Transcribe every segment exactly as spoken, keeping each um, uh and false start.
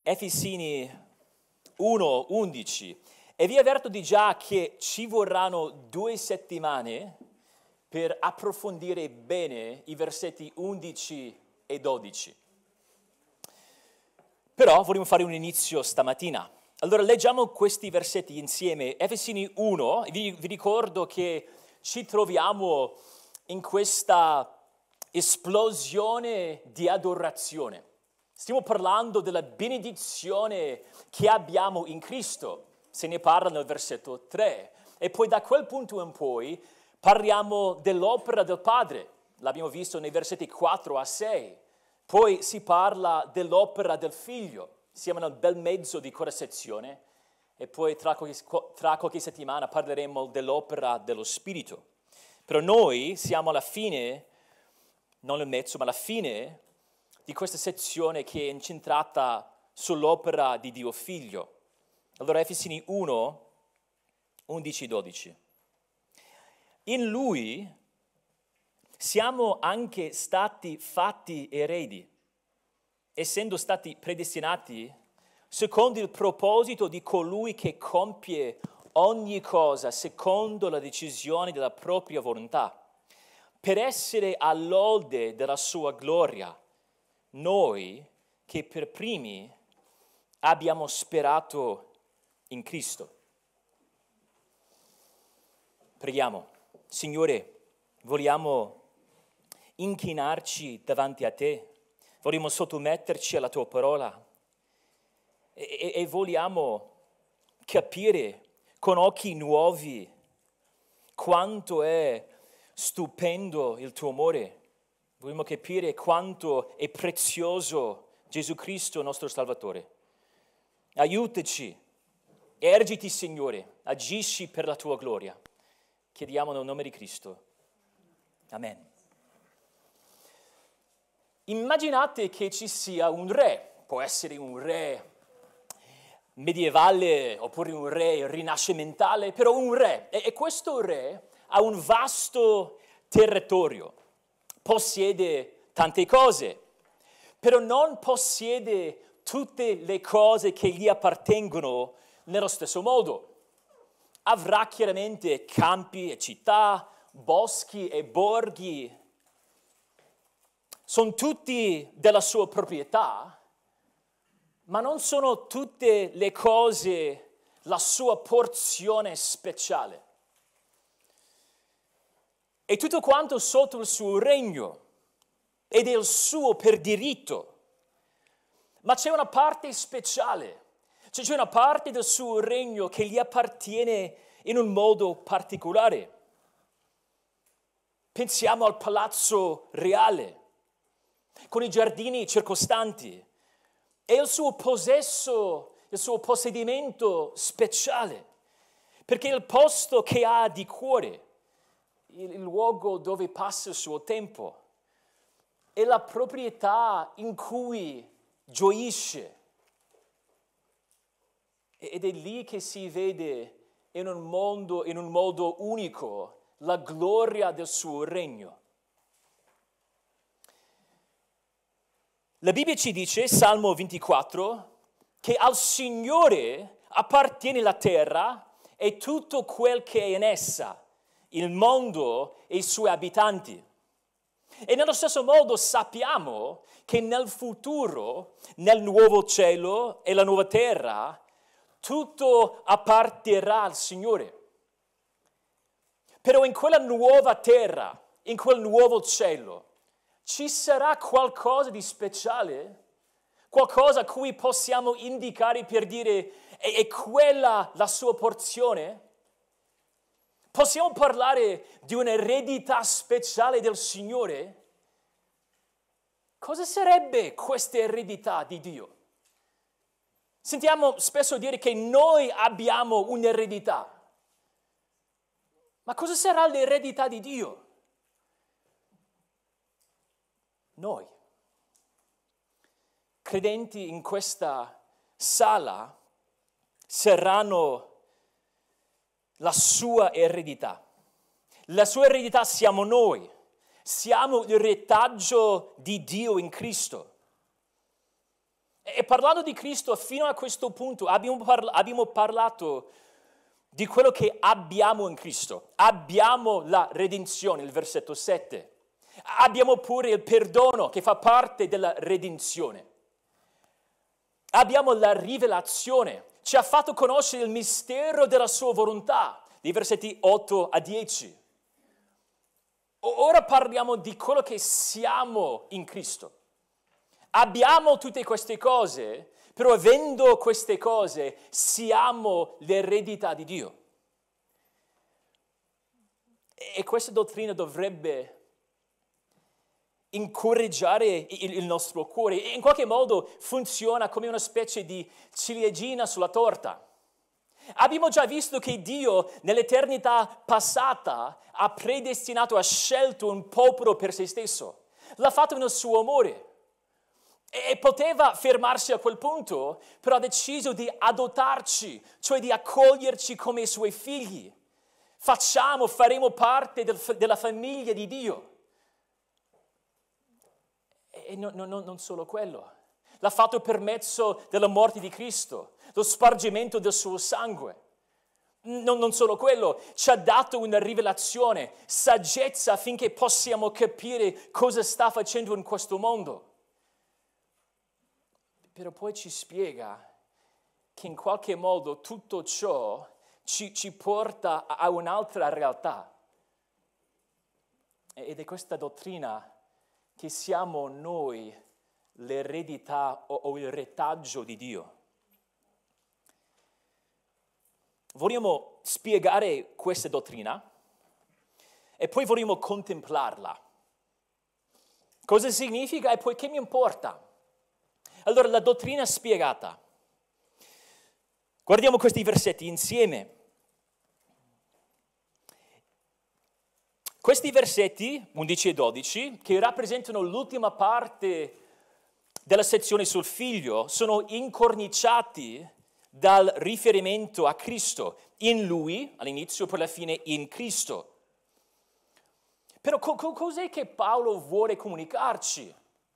Efesini uno undici, e vi avverto di già che ci vorranno due settimane per approfondire bene i versetti undici e dodici. Però vogliamo fare un inizio stamattina. Allora leggiamo questi versetti insieme. Efesini uno, vi, vi ricordo che ci troviamo in questa esplosione di adorazione. Stiamo parlando della benedizione che abbiamo in Cristo, se ne parla nel versetto tre. E poi da quel punto in poi parliamo dell'opera del Padre, l'abbiamo visto nei versetti quattro a sei. Poi si parla dell'opera del Figlio, siamo nel bel mezzo di quella sezione. E poi tra qualche, tra qualche settimana parleremo dell'opera dello Spirito. Però noi siamo alla fine, non nel mezzo, ma alla fine di questa sezione che è incentrata sull'opera di Dio Figlio. Allora Efesini uno, undici dodici. In Lui siamo anche stati fatti eredi, essendo stati predestinati secondo il proposito di colui che compie ogni cosa secondo la decisione della propria volontà, per essere all'ode della sua gloria, noi che per primi abbiamo sperato in Cristo. Preghiamo. Signore, vogliamo inchinarci davanti a te, vogliamo sottometterci alla tua parola e, e, e vogliamo capire con occhi nuovi quanto è stupendo il tuo amore. Vogliamo capire quanto è prezioso Gesù Cristo, nostro Salvatore. Aiutaci, ergiti Signore, agisci per la tua gloria. Chiediamo nel nome di Cristo. Amen. Immaginate che ci sia un re, può essere un re medievale oppure un re rinascimentale, però un re. E, e questo re ha un vasto territorio. Possiede tante cose, però non possiede tutte le cose che gli appartengono nello stesso modo. Avrà chiaramente campi e città, boschi e borghi. Sono tutti della sua proprietà, ma non sono tutte le cose la sua porzione speciale. È tutto quanto sotto il suo regno ed è il suo per diritto. Ma c'è una parte speciale, cioè c'è una parte del suo regno che gli appartiene in un modo particolare. Pensiamo al palazzo reale, con i giardini circostanti, e il suo possesso, il suo possedimento speciale, perché è il posto che ha di cuore, il luogo dove passa il suo tempo, è la proprietà in cui gioisce. Ed è lì che si vede in un mondo, in un modo unico, la gloria del suo regno. La Bibbia ci dice, Salmo ventiquattro, che al Signore appartiene la terra e tutto quel che è in essa, il mondo e i suoi abitanti. E nello stesso modo sappiamo che nel futuro, nel nuovo cielo e la nuova terra, tutto apparterrà al Signore. Però in quella nuova terra, in quel nuovo cielo, ci sarà qualcosa di speciale? Qualcosa a cui possiamo indicare per dire è, è quella la sua porzione? Possiamo parlare di un'eredità speciale del Signore? Cosa sarebbe questa eredità di Dio? Sentiamo spesso dire che noi abbiamo un'eredità. Ma cosa sarà l'eredità di Dio? Noi, credenti in questa sala, saranno la sua eredità. La sua eredità siamo noi. Siamo il retaggio di Dio in Cristo. E parlando di Cristo, fino a questo punto abbiamo, parla- abbiamo parlato di quello che abbiamo in Cristo. Abbiamo la redenzione, il versetto sette. Abbiamo pure il perdono che fa parte della redenzione. Abbiamo la rivelazione. Ci ha fatto conoscere il mistero della sua volontà, dei versetti otto a dieci. Ora parliamo di quello che siamo in Cristo. Abbiamo tutte queste cose, però avendo queste cose siamo l'eredità di Dio. E questa dottrina dovrebbe incoraggiare il nostro cuore. E in qualche modo funziona come una specie di ciliegina sulla torta. Abbiamo già visto che Dio nell'eternità passata ha predestinato, ha scelto un popolo per se stesso. L'ha fatto nel suo amore. E poteva fermarsi a quel punto, però ha deciso di adottarci, cioè di accoglierci come i suoi figli. Facciamo, faremo parte del, della famiglia di Dio. E no, no, non solo quello. L'ha fatto per mezzo della morte di Cristo, lo spargimento del suo sangue. Non, non solo quello, ci ha dato una rivelazione, saggezza affinché possiamo capire cosa sta facendo in questo mondo. Però poi ci spiega che in qualche modo tutto ciò ci, ci porta a un'altra realtà. Ed è questa dottrina che siamo noi l'eredità o, o il retaggio di Dio. Vogliamo spiegare questa dottrina e poi vogliamo contemplarla. Cosa significa e poi che mi importa? Allora, la dottrina spiegata. Guardiamo questi versetti insieme. Questi versetti, undici e dodici, che rappresentano l'ultima parte della sezione sul figlio, sono incorniciati dal riferimento a Cristo. In Lui, all'inizio, per la fine, in Cristo. Però co- co- cos'è che Paolo vuole comunicarci?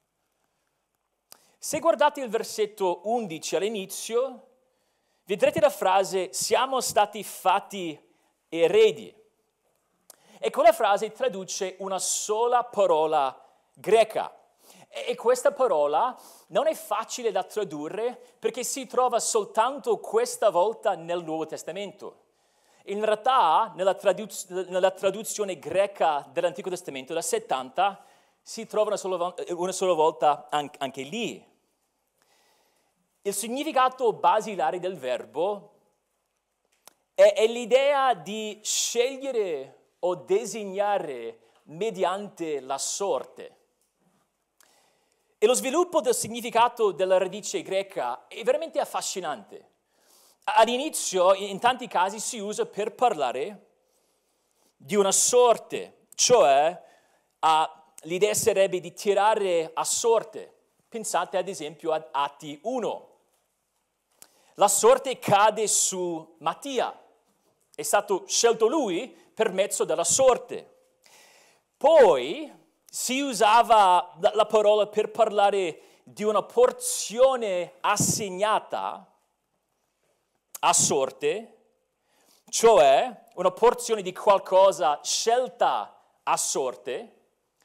Se guardate il versetto undici all'inizio, vedrete la frase siamo stati fatti eredi. E quella frase traduce una sola parola greca. E questa parola non è facile da tradurre perché si trova soltanto questa volta nel Nuovo Testamento. In realtà, nella, traduz- nella traduzione greca dell'Antico Testamento, da settanta, si trova una sola, una sola volta anche lì. Il significato basilare del verbo è, è l'idea di scegliere o designare mediante la sorte. E lo sviluppo del significato della radice greca è veramente affascinante. All'inizio, in tanti casi, si usa per parlare di una sorte, cioè uh, l'idea sarebbe di tirare a sorte. Pensate ad esempio ad Atti uno. La sorte cade su Mattia, è stato scelto lui per mezzo della sorte. Poi si usava la parola per parlare di una porzione assegnata a sorte, cioè una porzione di qualcosa scelta a sorte,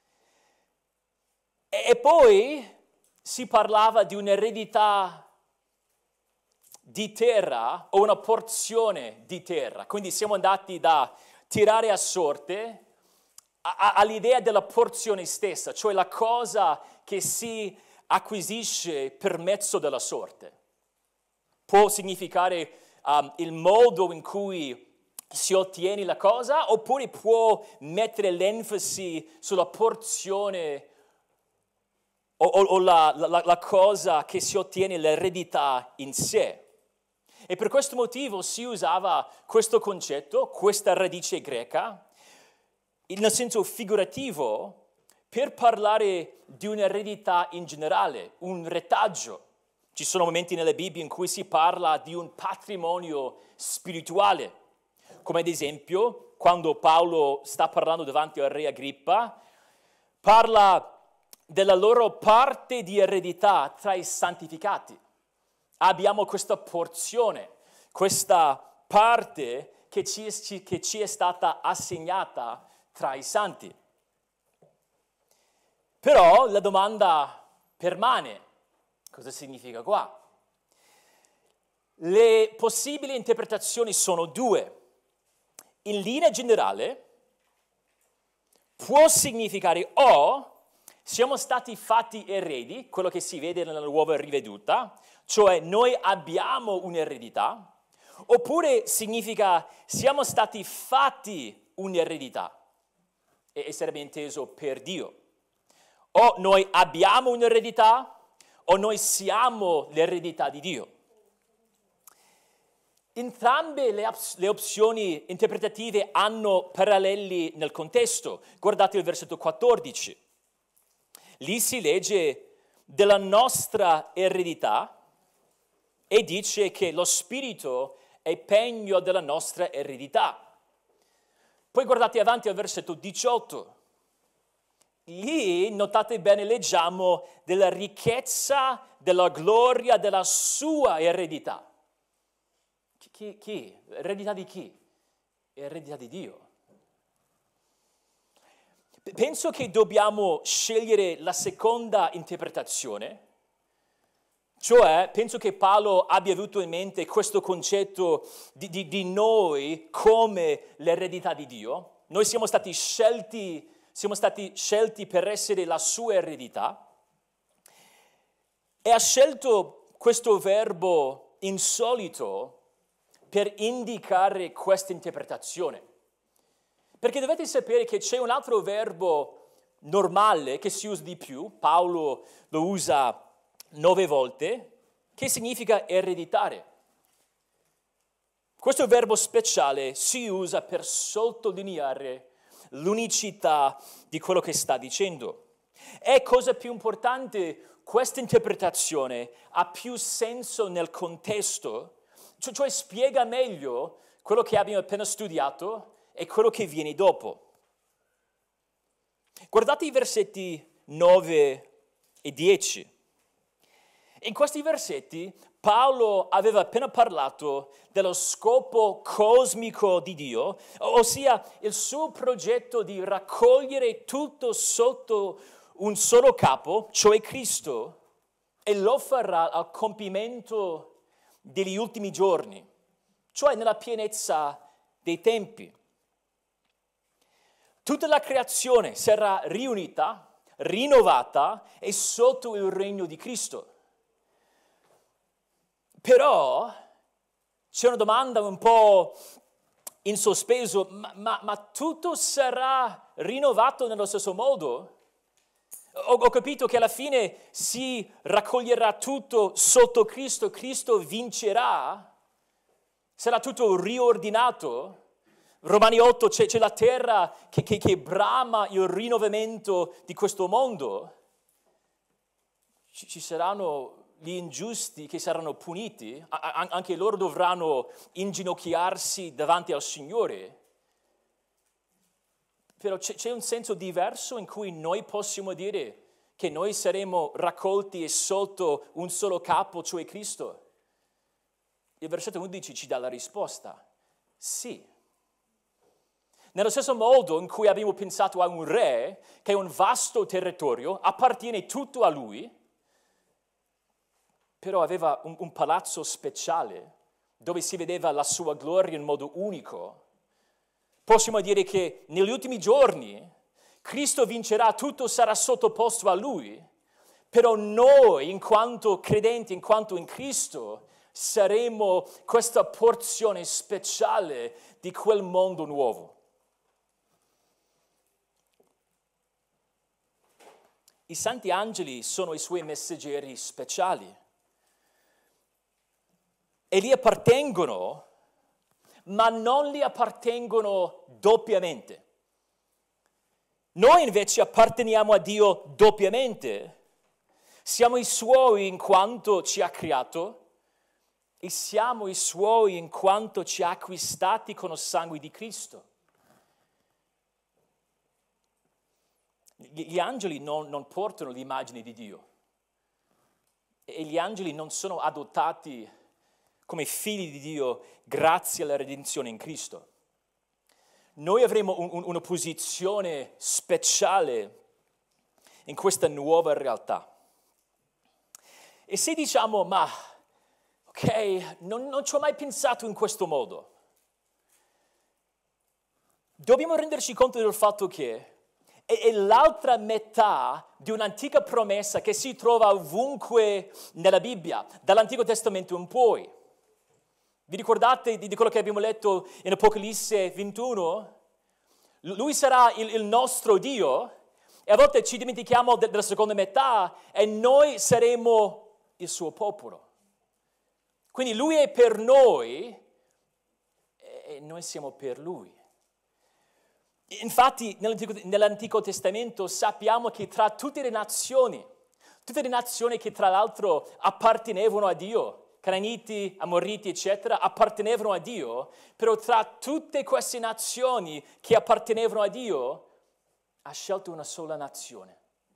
e poi si parlava di un'eredità di terra o una porzione di terra. Quindi siamo andati da tirare a sorte a, a, all'idea della porzione stessa, cioè la cosa che si acquisisce per mezzo della sorte. Può significare um, il modo in cui si ottiene la cosa, oppure può mettere l'enfasi sulla porzione o, o, o la, la, la cosa che si ottiene, l'eredità in sé. E per questo motivo si usava questo concetto, questa radice greca, nel senso figurativo, per parlare di un'eredità in generale, un retaggio. Ci sono momenti nella Bibbia in cui si parla di un patrimonio spirituale, come ad esempio quando Paolo sta parlando davanti al re Agrippa, parla della loro parte di eredità tra i santificati. Abbiamo questa porzione, questa parte che ci, è, che ci è stata assegnata tra i santi. Però la domanda permane. Cosa significa qua? Le possibili interpretazioni sono due. In linea generale può significare o siamo stati fatti eredi, quello che si vede nella nuova riveduta, cioè noi abbiamo un'eredità, oppure significa siamo stati fatti un'eredità, e sarebbe inteso per Dio. O noi abbiamo un'eredità, o noi siamo l'eredità di Dio. Entrambe le, op- le opzioni interpretative hanno paralleli nel contesto. Guardate il versetto quattordici. Lì si legge della nostra eredità e dice che lo Spirito è pegno della nostra eredità. Poi guardate avanti al versetto diciotto. Lì, notate bene, leggiamo della ricchezza, della gloria, della sua eredità. Chi? Chi? Eredità di chi? Eredità di Dio. Penso che dobbiamo scegliere la seconda interpretazione, cioè penso che Paolo abbia avuto in mente questo concetto di, di, di noi come l'eredità di Dio. Noi siamo stati scelti, siamo stati scelti per essere la sua eredità e ha scelto questo verbo insolito per indicare questa interpretazione. Perché dovete sapere che c'è un altro verbo normale che si usa di più, Paolo lo usa nove volte, che significa ereditare. Questo verbo speciale si usa per sottolineare l'unicità di quello che sta dicendo. E cosa più importante, questa interpretazione ha più senso nel contesto, cioè spiega meglio quello che abbiamo appena studiato e quello che viene dopo. Guardate i versetti nove e dieci. In questi versetti Paolo aveva appena parlato dello scopo cosmico di Dio, ossia il suo progetto di raccogliere tutto sotto un solo capo, cioè Cristo, e lo farà al compimento degli ultimi giorni, cioè nella pienezza dei tempi. Tutta la creazione sarà riunita, rinnovata e sotto il regno di Cristo. Però c'è una domanda un po' in sospeso, ma, ma, ma tutto sarà rinnovato nello stesso modo? Ho, ho capito che alla fine si raccoglierà tutto sotto Cristo, Cristo vincerà, sarà tutto riordinato. Romani otto c'è, c'è la terra che, che, che brama il rinnovamento di questo mondo. Ci, ci saranno gli ingiusti che saranno puniti, a, anche loro dovranno inginocchiarsi davanti al Signore. Però c'è, c'è un senso diverso in cui noi possiamo dire che noi saremo raccolti sotto un solo capo, cioè Cristo. Il versetto undici ci dà la risposta. Sì. Nello stesso modo in cui abbiamo pensato a un re, che è un vasto territorio, appartiene tutto a lui, però aveva un, un palazzo speciale dove si vedeva la sua gloria in modo unico. Possiamo dire che negli ultimi giorni Cristo vincerà, tutto sarà sottoposto a Lui, però noi, in quanto credenti, in quanto in Cristo, saremo questa porzione speciale di quel mondo nuovo. I santi angeli sono i suoi messaggeri speciali e gli appartengono, ma non gli appartengono doppiamente. Noi invece apparteniamo a Dio doppiamente. Siamo i suoi in quanto ci ha creato e siamo i suoi in quanto ci ha acquistati con il sangue di Cristo. gli angeli non, non portano l'immagine di Dio e gli angeli non sono adottati come figli di Dio grazie alla redenzione in Cristo. Noi avremo un, un, una posizione speciale in questa nuova realtà. E se diciamo, ma ok, non, non ci ho mai pensato in questo modo, dobbiamo renderci conto del fatto che è, è l'altra metà di un'antica promessa che si trova ovunque nella Bibbia, dall'Antico Testamento in poi. Vi ricordate di, di quello che abbiamo letto in Apocalisse ventuno? Lui sarà il, il nostro Dio e a volte ci dimentichiamo de, della seconda metà e noi saremo il suo popolo. Quindi lui è per noi e noi siamo per lui. Infatti nell'Antico, nell'Antico Testamento sappiamo che tra tutte le nazioni, tutte le nazioni che tra l'altro appartenevano a Dio, Canaaniti, Amorriti, eccetera, appartenevano a Dio, però tra tutte queste nazioni che appartenevano a Dio, ha scelto una sola nazione.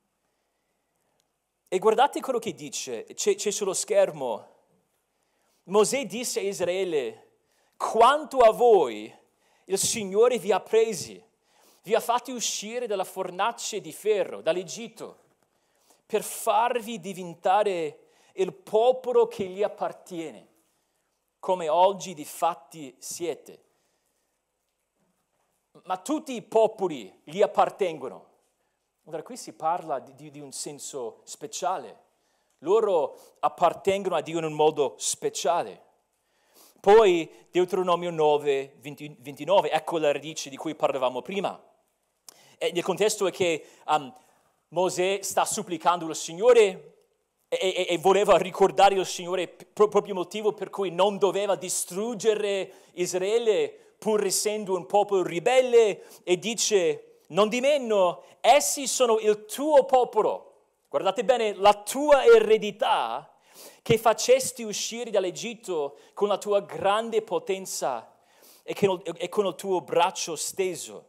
E guardate quello che dice, c'è, c'è sullo schermo. Mosè disse a Israele, quanto a voi il Signore vi ha presi, vi ha fatti uscire dalla fornace di ferro, dall'Egitto, per farvi diventare il popolo che gli appartiene, come oggi di fatti siete. Ma tutti i popoli gli appartengono. Allora qui si parla di, di un senso speciale. Loro appartengono a Dio in un modo speciale. Poi Deuteronomio nove, venti, ventinove, ecco la radice di cui parlavamo prima. E il contesto è che um, Mosè sta supplicando il Signore e, e, e voleva ricordare il Signore pro, proprio motivo per cui non doveva distruggere Israele pur essendo un popolo ribelle, e dice, non di meno, essi sono il tuo popolo. Guardate bene, la tua eredità che facesti uscire dall'Egitto con la tua grande potenza e con il tuo braccio steso.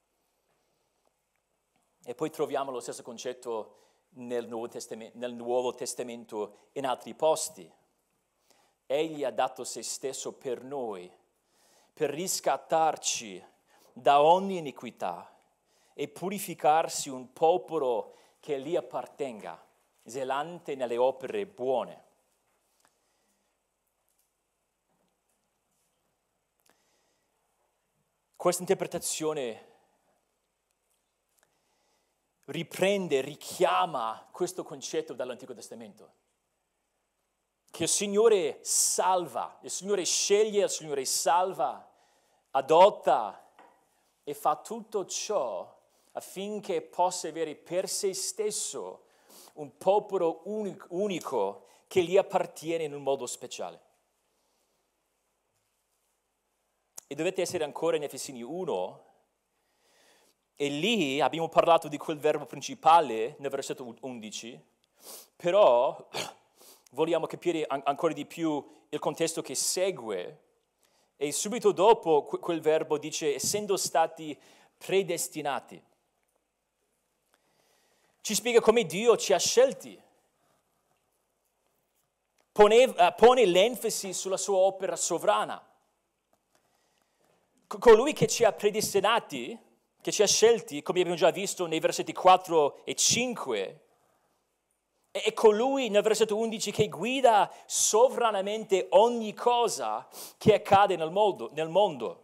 E poi troviamo lo stesso concetto nel Nuovo Testamento, nel Nuovo Testamento in altri posti. Egli ha dato se stesso per noi, per riscattarci da ogni iniquità e purificarsi un popolo che gli appartenga, zelante nelle opere buone. Questa interpretazione riprende, richiama questo concetto dall'Antico Testamento. Che il Signore salva, il Signore sceglie, il Signore salva, adotta e fa tutto ciò affinché possa avere per se stesso un popolo unico, unico che gli appartiene in un modo speciale. E dovete essere ancora in Efesini uno, e lì abbiamo parlato di quel verbo principale nel versetto undici, però vogliamo capire an- ancora di più il contesto che segue, e subito dopo que- quel verbo dice essendo stati predestinati. Ci spiega come Dio ci ha scelti. Pone, uh, pone l'enfasi sulla sua opera sovrana. C- colui che ci ha predestinati, che ci ha scelti, come abbiamo già visto nei versetti quattro e cinque, è colui nel versetto undici che guida sovranamente ogni cosa che accade nel mondo, nel mondo.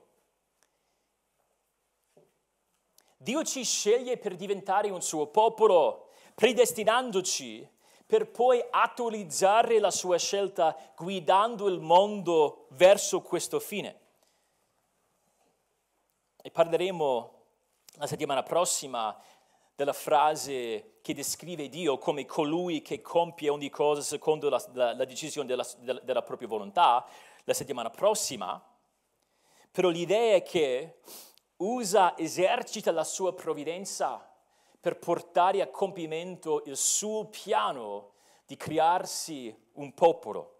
Dio ci sceglie per diventare un suo popolo, predestinandoci per poi attualizzare la sua scelta guidando il mondo verso questo fine. E parleremo la settimana prossima della frase che descrive Dio come colui che compie ogni cosa secondo la, la, la decisione della, della, della propria volontà, la settimana prossima. Però l'idea è che usa, esercita la sua provvidenza per portare a compimento il suo piano di crearsi un popolo.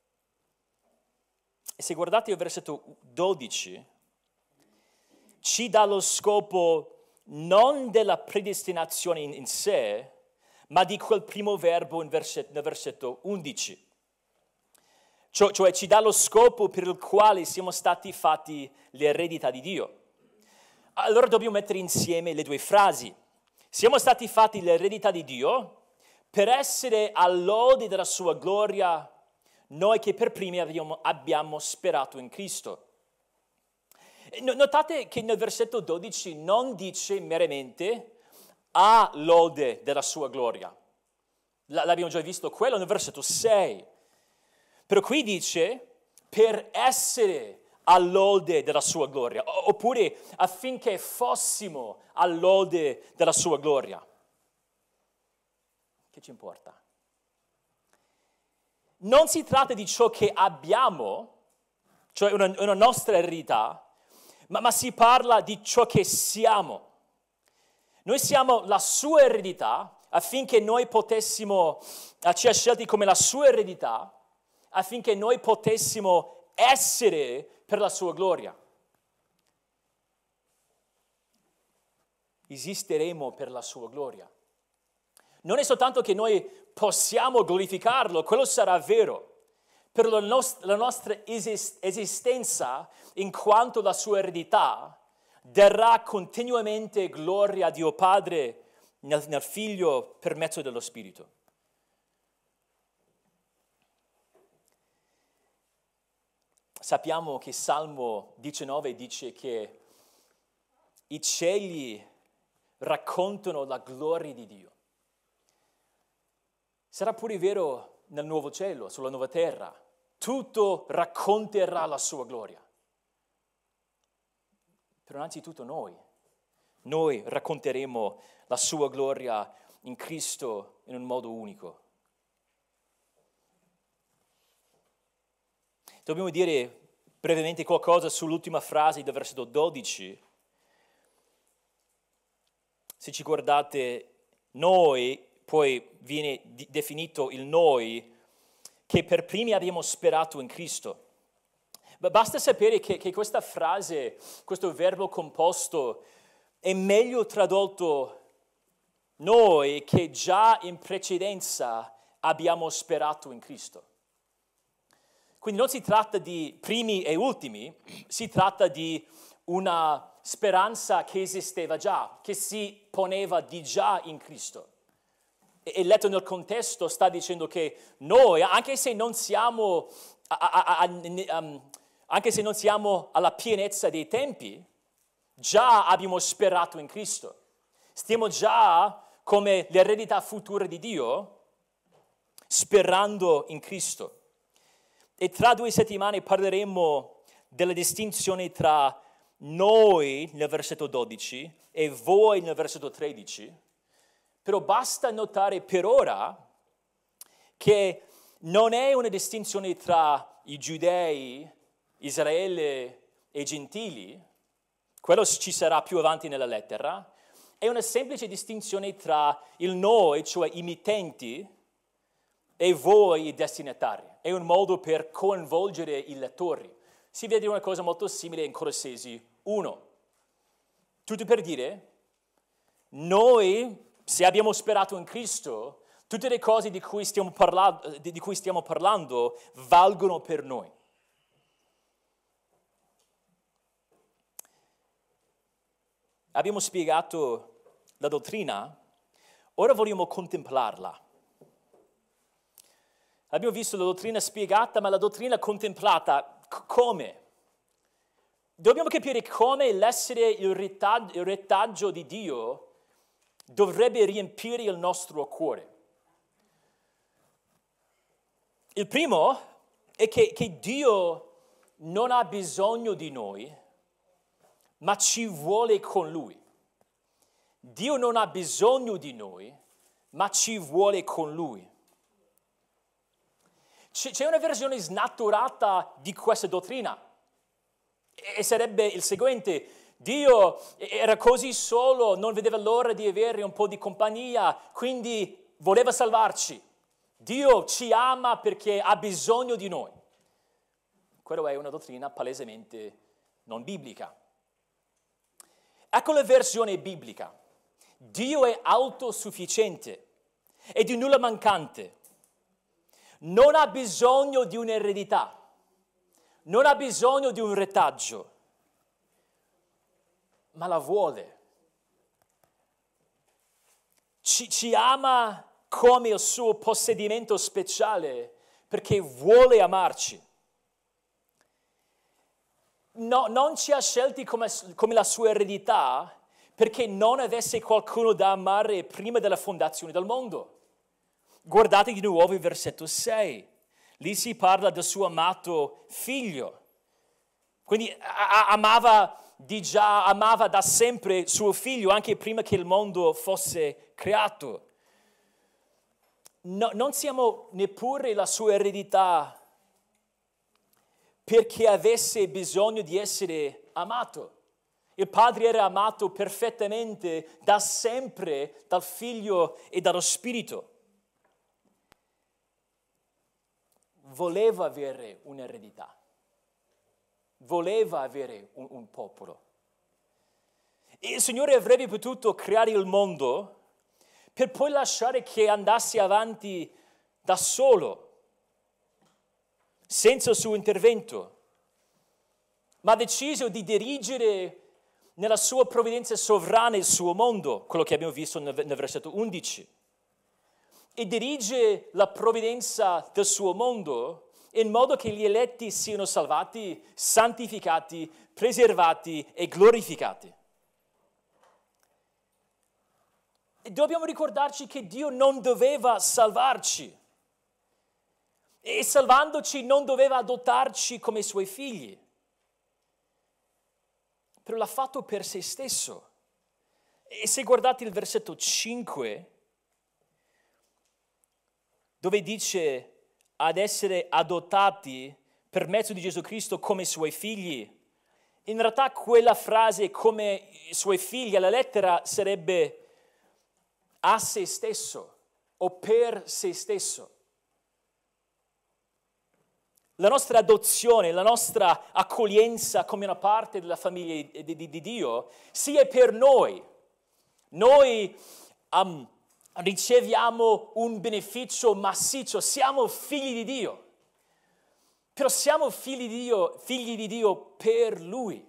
E se guardate il versetto dodici, ci dà lo scopo non della predestinazione in, in sé, ma di quel primo verbo in verset, nel versetto undici. Cioè, cioè ci dà lo scopo per il quale siamo stati fatti l'eredità di Dio. Allora dobbiamo mettere insieme le due frasi. Siamo stati fatti l'eredità di Dio per essere all'ode della sua gloria, noi che per primi abbiamo, abbiamo sperato in Cristo. Notate che nel versetto dodici non dice meramente a lode della sua gloria. L'abbiamo già visto quello nel versetto sei. Però qui dice per essere all'ode della sua gloria, oppure affinché fossimo all'ode della sua gloria. Che ci importa? Non si tratta di ciò che abbiamo, cioè una, una nostra eredità, ma, ma si parla di ciò che siamo. Noi siamo la sua eredità affinché noi potessimo, ci ha scelti come la sua eredità, affinché noi potessimo essere per la sua gloria. Esisteremo per la sua gloria. Non è soltanto che noi possiamo glorificarlo, quello sarà vero, per la, nost- la nostra esist- esistenza in quanto la sua eredità darà continuamente gloria a Dio Padre nel, nel Figlio per mezzo dello Spirito. Sappiamo che Salmo diciannove dice che i cieli raccontano la gloria di Dio. Sarà pure vero nel nuovo cielo, sulla nuova terra. Tutto racconterà la sua gloria. Però innanzitutto noi, noi racconteremo la sua gloria in Cristo in un modo unico. Dobbiamo dire brevemente qualcosa sull'ultima frase del versetto dodici. Se ci guardate, noi, poi viene definito il noi, che per primi abbiamo sperato in Cristo. Basta sapere che, che questa frase, questo verbo composto, è meglio tradotto noi che già in precedenza abbiamo sperato in Cristo. Quindi non si tratta di primi e ultimi, si tratta di una speranza che esisteva già, che si poneva di già in Cristo. E letto nel contesto sta dicendo che noi, anche se non siamo, a, a, a, um, anche se non siamo alla pienezza dei tempi, già abbiamo sperato in Cristo. Stiamo già come l'eredità futura di Dio, sperando in Cristo. E tra due settimane parleremo della distinzione tra noi nel versetto dodici e voi nel versetto tredici. Però basta notare per ora che non è una distinzione tra i giudei, Israele e i gentili, quello ci sarà più avanti nella lettera, è una semplice distinzione tra il noi, cioè i mittenti, e voi i destinatari. È un modo per coinvolgere i lettori. Si vede una cosa molto simile in Colossesi uno. Tutto per dire, noi, se abbiamo sperato in Cristo, tutte le cose di cui stiamo parlando, di cui stiamo parlando valgono per noi. Abbiamo spiegato la dottrina, ora vogliamo contemplarla. Abbiamo visto la dottrina spiegata, ma la dottrina contemplata c- come? Dobbiamo capire come l'essere il retaggio, il retaggio di Dio dovrebbe riempire il nostro cuore. Il primo è che, che Dio non ha bisogno di noi, ma ci vuole con Lui. Dio non ha bisogno di noi, ma ci vuole con Lui. C'è una versione snaturata di questa dottrina e sarebbe il seguente: Dio era così solo, non vedeva l'ora di avere un po' di compagnia, quindi voleva salvarci. Dio ci ama perché ha bisogno di noi. Quella è una dottrina palesemente non biblica. ecco la versione biblica. Dio è autosufficiente e di nulla mancante. Non ha bisogno di un'eredità, non ha bisogno di un retaggio, ma la vuole. Ci, ci ama come il suo possedimento speciale perché vuole amarci. No, non ci ha scelti come, come la sua eredità perché non avesse qualcuno da amare prima della fondazione del mondo. Guardate di nuovo il versetto sei. Lì si parla del suo amato figlio. Quindi a- amava di già, amava da sempre suo figlio, anche prima che il mondo fosse creato. No, non siamo neppure la sua eredità perché avesse bisogno di essere amato. Il padre era amato perfettamente da sempre dal figlio e dallo spirito. Voleva avere un'eredità, voleva avere un, un popolo. E il Signore avrebbe potuto creare il mondo per poi lasciare che andasse avanti da solo, senza il suo intervento, ma ha deciso di dirigere nella sua provvidenza sovrana il suo mondo, quello che abbiamo visto nel, nel versetto undici. E dirige la provvidenza del suo mondo in modo che gli eletti siano salvati, santificati, preservati e glorificati. E dobbiamo ricordarci che Dio non doveva salvarci e salvandoci non doveva adottarci come suoi figli, però l'ha fatto per se stesso. E se guardate il versetto cinque, dove dice ad essere adottati per mezzo di Gesù Cristo come suoi figli, in realtà quella frase come suoi figli alla lettera sarebbe a se stesso o per se stesso. La nostra adozione, la nostra accoglienza come una parte della famiglia di, di, di Dio, sia per noi. Noi um, riceviamo un beneficio massiccio, siamo figli di Dio, però siamo figli di Dio, figli di Dio per Lui.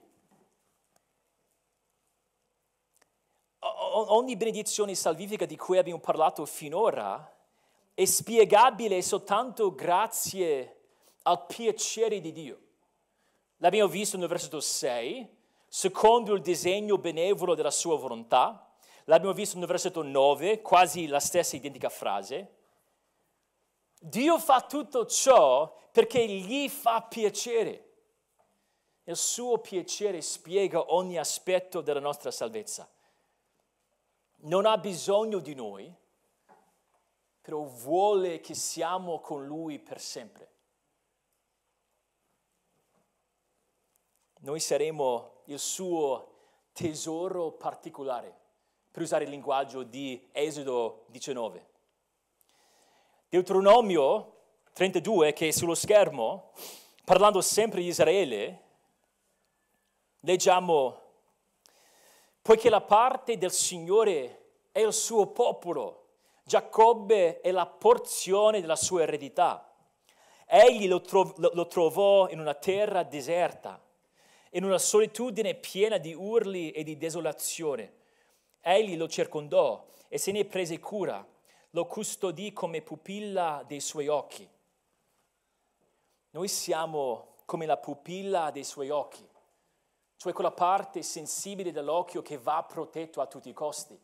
O- ogni benedizione salvifica di cui abbiamo parlato finora è spiegabile soltanto grazie al piacere di Dio. L'abbiamo visto nel versetto sei, secondo il disegno benevolo della sua volontà. L'abbiamo visto nel versetto nove, quasi la stessa identica frase. Dio fa tutto ciò perché gli fa piacere. Il suo piacere spiega ogni aspetto della nostra salvezza. Non ha bisogno di noi, però vuole che siamo con Lui per sempre. Noi saremo il suo tesoro particolare, per usare il linguaggio di Esodo diciannove. Deuteronomio trentadue, che è sullo schermo, parlando sempre di Israele, leggiamo: poiché la parte del Signore è il suo popolo, Giacobbe è la porzione della sua eredità. Egli lo, trov- lo trovò in una terra deserta, in una solitudine piena di urli e di desolazione. Egli lo circondò e se ne prese cura, lo custodì come pupilla dei suoi occhi. Noi siamo come la pupilla dei suoi occhi, cioè quella parte sensibile dell'occhio che va protetto a tutti i costi.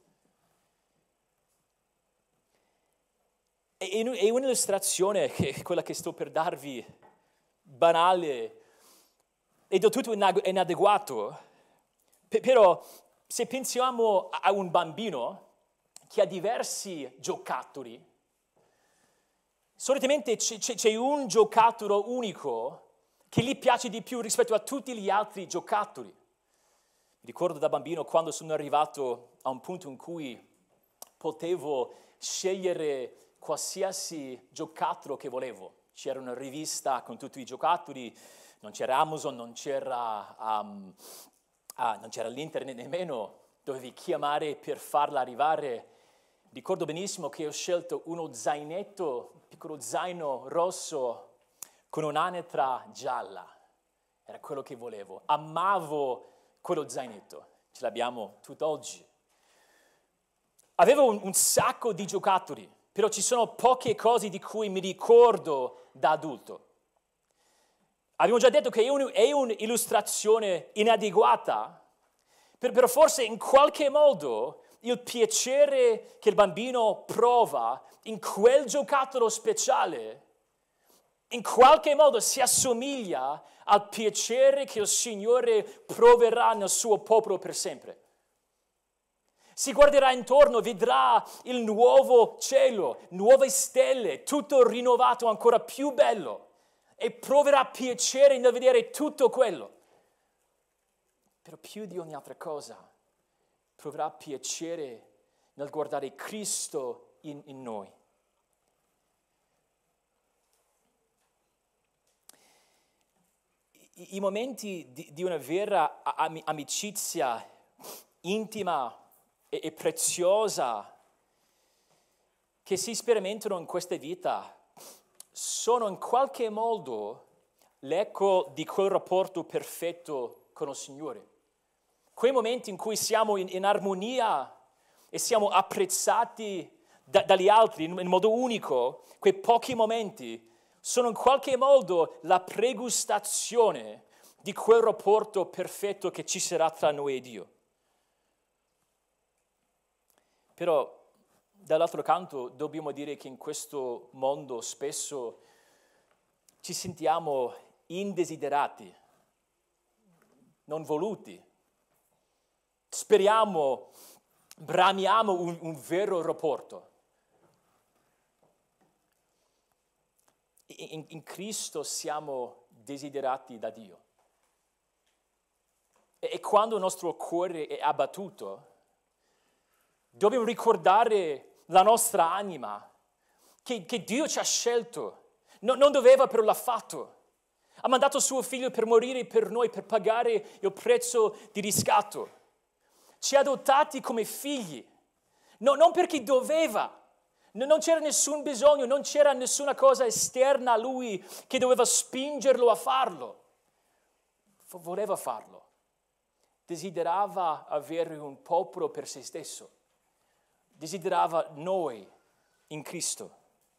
E un'illustrazione, che è quella che sto per darvi, banale e del tutto inadeguato, però se pensiamo a un bambino che ha diversi giocattoli, solitamente c'è un giocattolo unico che gli piace di più rispetto a tutti gli altri giocattoli. Mi ricordo da bambino quando sono arrivato a un punto in cui potevo scegliere qualsiasi giocattolo che volevo. C'era una rivista con tutti i giocattoli, non c'era Amazon, non c'era um, ah, non c'era l'internet nemmeno, dovevi chiamare per farla arrivare. Ricordo benissimo che ho scelto uno zainetto, un piccolo zaino rosso con un'anitra gialla. Era quello che volevo. Amavo quello zainetto. Ce l'abbiamo tutt'oggi. Avevo un, un sacco di giocattoli, però ci sono poche cose di cui mi ricordo da adulto. Abbiamo già detto che è, un, è un'illustrazione inadeguata, però forse in qualche modo il piacere che il bambino prova in quel giocattolo speciale in qualche modo si assomiglia al piacere che il Signore proverà nel suo popolo per sempre. Si guarderà intorno, vedrà il nuovo cielo, nuove stelle, tutto rinnovato, ancora più bello, e proverà piacere nel vedere tutto quello. Però più di ogni altra cosa, proverà piacere nel guardare Cristo in, in noi. I, i momenti di, di una vera am, amicizia intima e, e preziosa che si sperimentano in questa vita sono in qualche modo l'eco di quel rapporto perfetto con il Signore. Quei momenti in cui siamo in, in armonia e siamo apprezzati da, dagli altri in, in modo unico, quei pochi momenti sono in qualche modo la pregustazione di quel rapporto perfetto che ci sarà tra noi e Dio. Però, dall'altro canto, dobbiamo dire che in questo mondo spesso ci sentiamo indesiderati, non voluti. Speriamo, bramiamo un, un vero rapporto. In, in Cristo siamo desiderati da Dio. E, e quando il nostro cuore è abbattuto, dobbiamo ricordare la nostra anima, che, che Dio ci ha scelto, no, non doveva però l'ha fatto. Ha mandato suo figlio per morire per noi, per pagare il prezzo di riscatto. Ci ha adottati come figli, no, non perché doveva, no, non c'era nessun bisogno, non c'era nessuna cosa esterna a lui che doveva spingerlo a farlo. Voleva farlo, desiderava avere un popolo per se stesso. Desiderava noi in Cristo.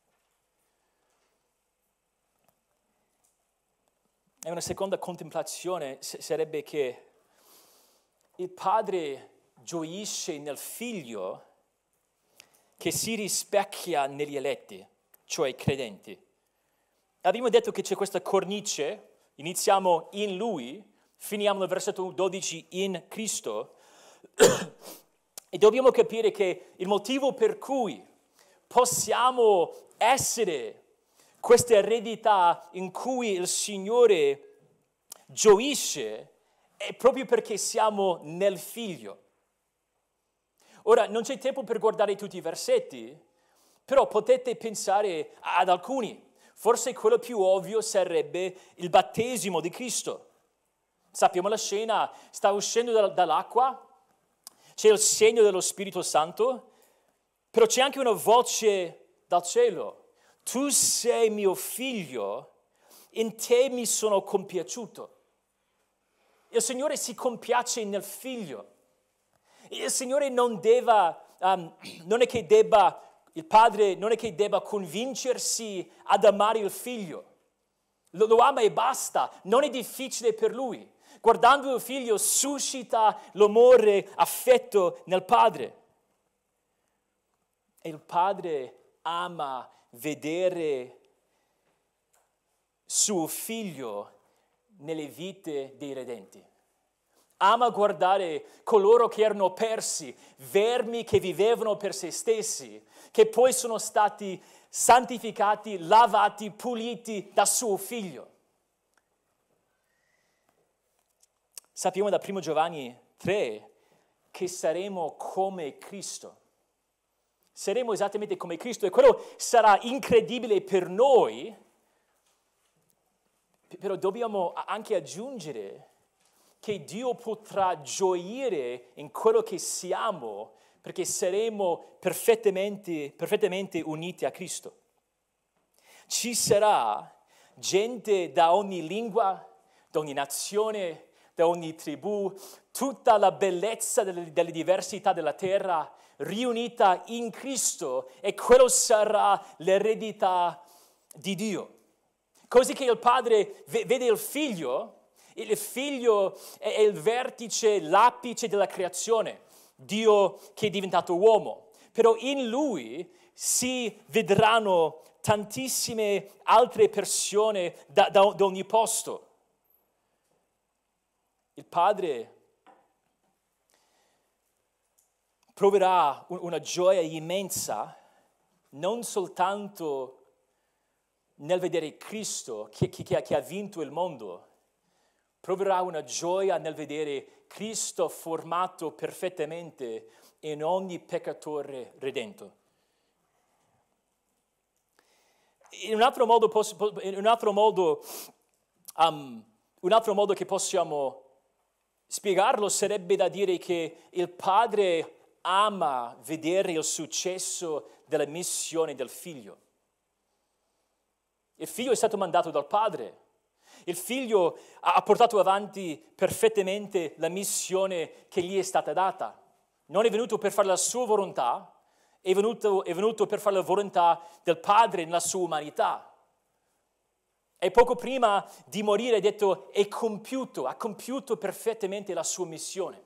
E una seconda contemplazione sarebbe che il padre gioisce nel figlio che si rispecchia negli eletti, cioè i credenti. Abbiamo detto che c'è questa cornice, iniziamo in lui, finiamo nel versetto dodici in Cristo. E dobbiamo capire che il motivo per cui possiamo essere questa eredità in cui il Signore gioisce è proprio perché siamo nel Figlio. Ora, non c'è tempo per guardare tutti i versetti, però potete pensare ad alcuni. Forse quello più ovvio sarebbe il battesimo di Cristo. Sappiamo la scena, sta uscendo dall'acqua, c'è il segno dello Spirito Santo, però c'è anche una voce dal cielo. Tu sei mio figlio, in te mi sono compiaciuto. Il Signore si compiace nel figlio. Il Signore non deve, um, non è che debba, il padre non è che debba convincersi ad amare il figlio. Lo, lo ama e basta, non è difficile per lui. Guardando il figlio suscita l'amore, affetto nel padre. E il padre ama vedere suo figlio nelle vite dei redenti. Ama guardare coloro che erano persi, vermi che vivevano per se stessi, che poi sono stati santificati, lavati, puliti da suo figlio. Sappiamo da primo Giovanni tre che saremo come Cristo. Saremo esattamente come Cristo e quello sarà incredibile per noi, però dobbiamo anche aggiungere che Dio potrà gioire in quello che siamo perché saremo perfettamente, perfettamente uniti a Cristo. Ci sarà gente da ogni lingua, da ogni nazione, da ogni tribù, tutta la bellezza delle, delle diversità della terra riunita in Cristo, e quello sarà l'eredità di Dio. Così che il Padre vede il Figlio, il Figlio è il vertice, l'apice della creazione, Dio che è diventato uomo. Però in Lui si vedranno tantissime altre persone da, da, da ogni posto. Il Padre proverà una gioia immensa non soltanto nel vedere Cristo che, che, che ha vinto il mondo, proverà una gioia nel vedere Cristo formato perfettamente in ogni peccatore redento. In un altro modo, in un altro modo, um, un altro modo che possiamo spiegarlo sarebbe da dire che il Padre ama vedere il successo della missione del Figlio. Il Figlio è stato mandato dal Padre. Il Figlio ha portato avanti perfettamente la missione che gli è stata data. Non è venuto per fare la sua volontà, è venuto, è venuto per fare la volontà del Padre nella sua umanità. E poco prima di morire ha detto: è compiuto, ha compiuto perfettamente la sua missione.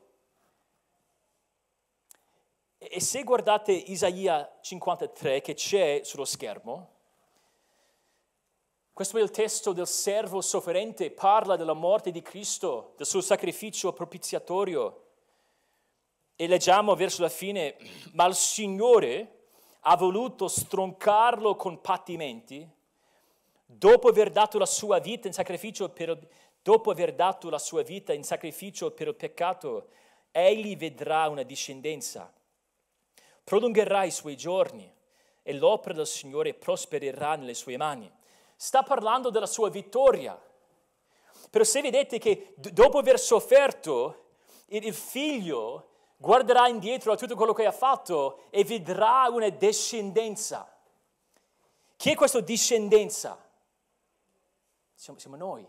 E se guardate Isaia cinquantatré che c'è sullo schermo, questo è il testo del servo sofferente, parla della morte di Cristo, del suo sacrificio propiziatorio. E leggiamo verso la fine: ma il Signore ha voluto stroncarlo con patimenti, dopo aver dato la sua vita in sacrificio per il, dopo aver dato la sua vita in sacrificio per il peccato, egli vedrà una discendenza, prolungherà i suoi giorni e l'opera del Signore prospererà nelle sue mani. Sta parlando della sua vittoria. Però se vedete che d- dopo aver sofferto, il, il figlio guarderà indietro a tutto quello che ha fatto e vedrà una discendenza. Chi è questa discendenza? Siamo, siamo noi.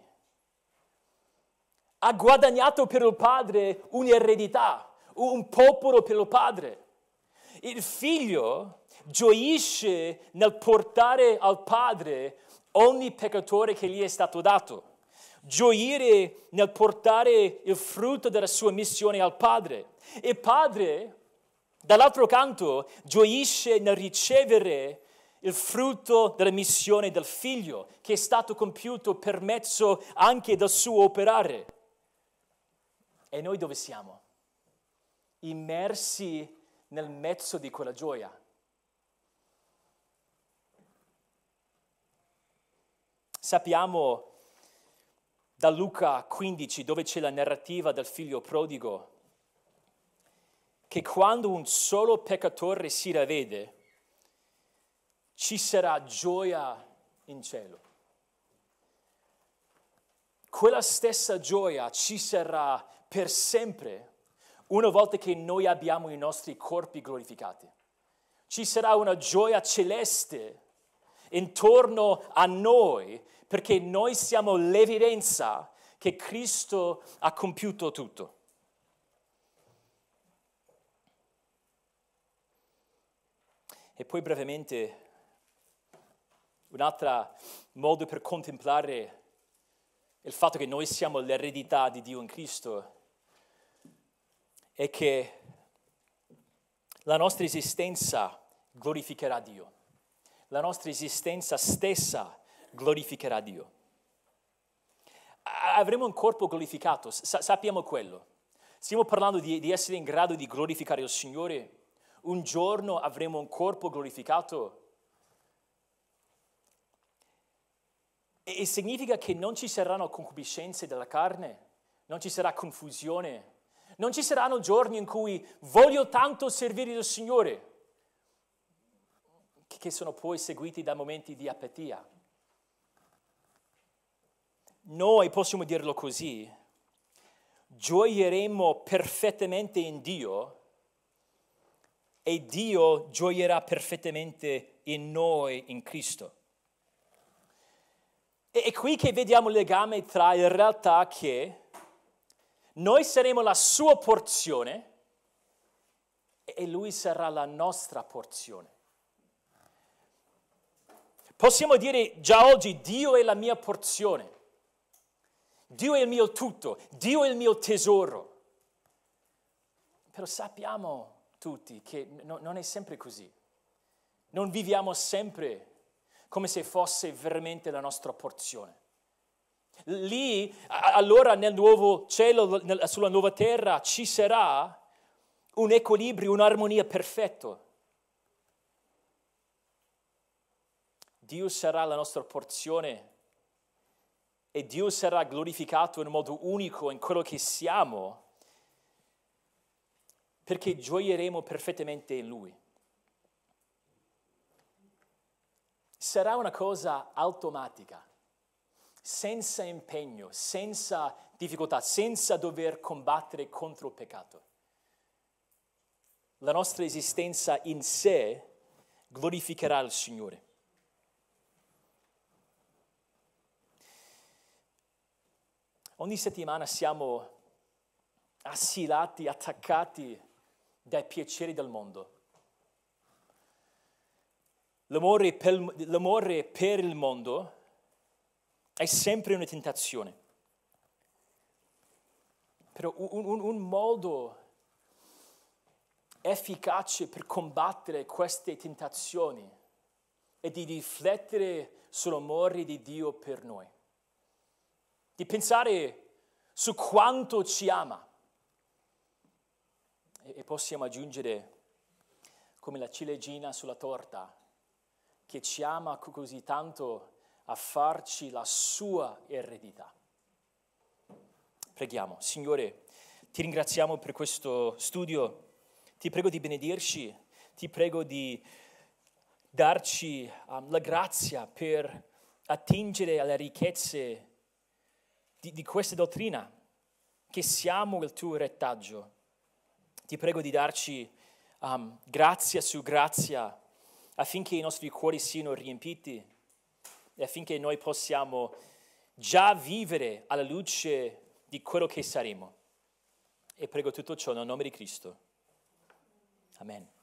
Ha guadagnato per il Padre un'eredità, un popolo per il Padre. Il figlio gioisce nel portare al Padre ogni peccatore che gli è stato dato. Gioire nel portare il frutto della sua missione al Padre. E Padre, dall'altro canto, gioisce nel ricevere il frutto della missione del Figlio, che è stato compiuto per mezzo anche del suo operare. E noi dove siamo? Immersi nel mezzo di quella gioia. Sappiamo da Luca quindici, dove c'è la narrativa del figlio prodigo, che quando un solo peccatore si ravvede, ci sarà gioia in cielo. Quella stessa gioia ci sarà per sempre una volta che noi abbiamo i nostri corpi glorificati. Ci sarà una gioia celeste intorno a noi, perché noi siamo l'evidenza che Cristo ha compiuto tutto. E poi brevemente un altro modo per contemplare il fatto che noi siamo l'eredità di Dio in Cristo è che la nostra esistenza glorificherà Dio. La nostra esistenza stessa glorificherà Dio. Avremo un corpo glorificato, sa- sappiamo quello. Stiamo parlando di, di essere in grado di glorificare il Signore. Un giorno avremo un corpo glorificato. E, e significa che non ci saranno concupiscenze della carne, non ci sarà confusione, non ci saranno giorni in cui voglio tanto servire il Signore, che sono poi seguiti da momenti di apatia. Noi possiamo dirlo così: gioieremo perfettamente in Dio e Dio gioierà perfettamente in noi, in Cristo. E è qui che vediamo il legame tra in realtà che noi saremo la sua porzione e Lui sarà la nostra porzione. Possiamo dire già oggi, Dio è la mia porzione, Dio è il mio tutto, Dio è il mio tesoro. Però sappiamo tutti che no, non è sempre così. Non viviamo sempre come se fosse veramente la nostra porzione. Lì, allora nel nuovo cielo, sulla nuova terra, ci sarà un equilibrio, un'armonia perfetta. Dio sarà la nostra porzione e Dio sarà glorificato in modo unico in quello che siamo, perché gioieremo perfettamente in Lui. Sarà una cosa automatica, senza impegno, senza difficoltà, senza dover combattere contro il peccato. La nostra esistenza in sé glorificherà il Signore. Ogni settimana siamo assilati, attaccati dai piaceri del mondo. L'amore per, l'amore per il mondo è sempre una tentazione. Però un, un, un modo efficace per combattere queste tentazioni è di riflettere sull'amore di Dio per noi. Di pensare su quanto ci ama. E possiamo aggiungere, come la ciliegina sulla torta, che ci ama così tanto a farci la sua eredità. Preghiamo. Signore, ti ringraziamo per questo studio, ti prego di benedirci, ti prego di darci um, la grazia per attingere alle ricchezze di, di questa dottrina, che siamo il tuo retaggio. Ti prego di darci um, grazia su grazia affinché i nostri cuori siano riempiti e affinché noi possiamo già vivere alla luce di quello che saremo. E prego tutto ciò nel nome di Cristo. Amen.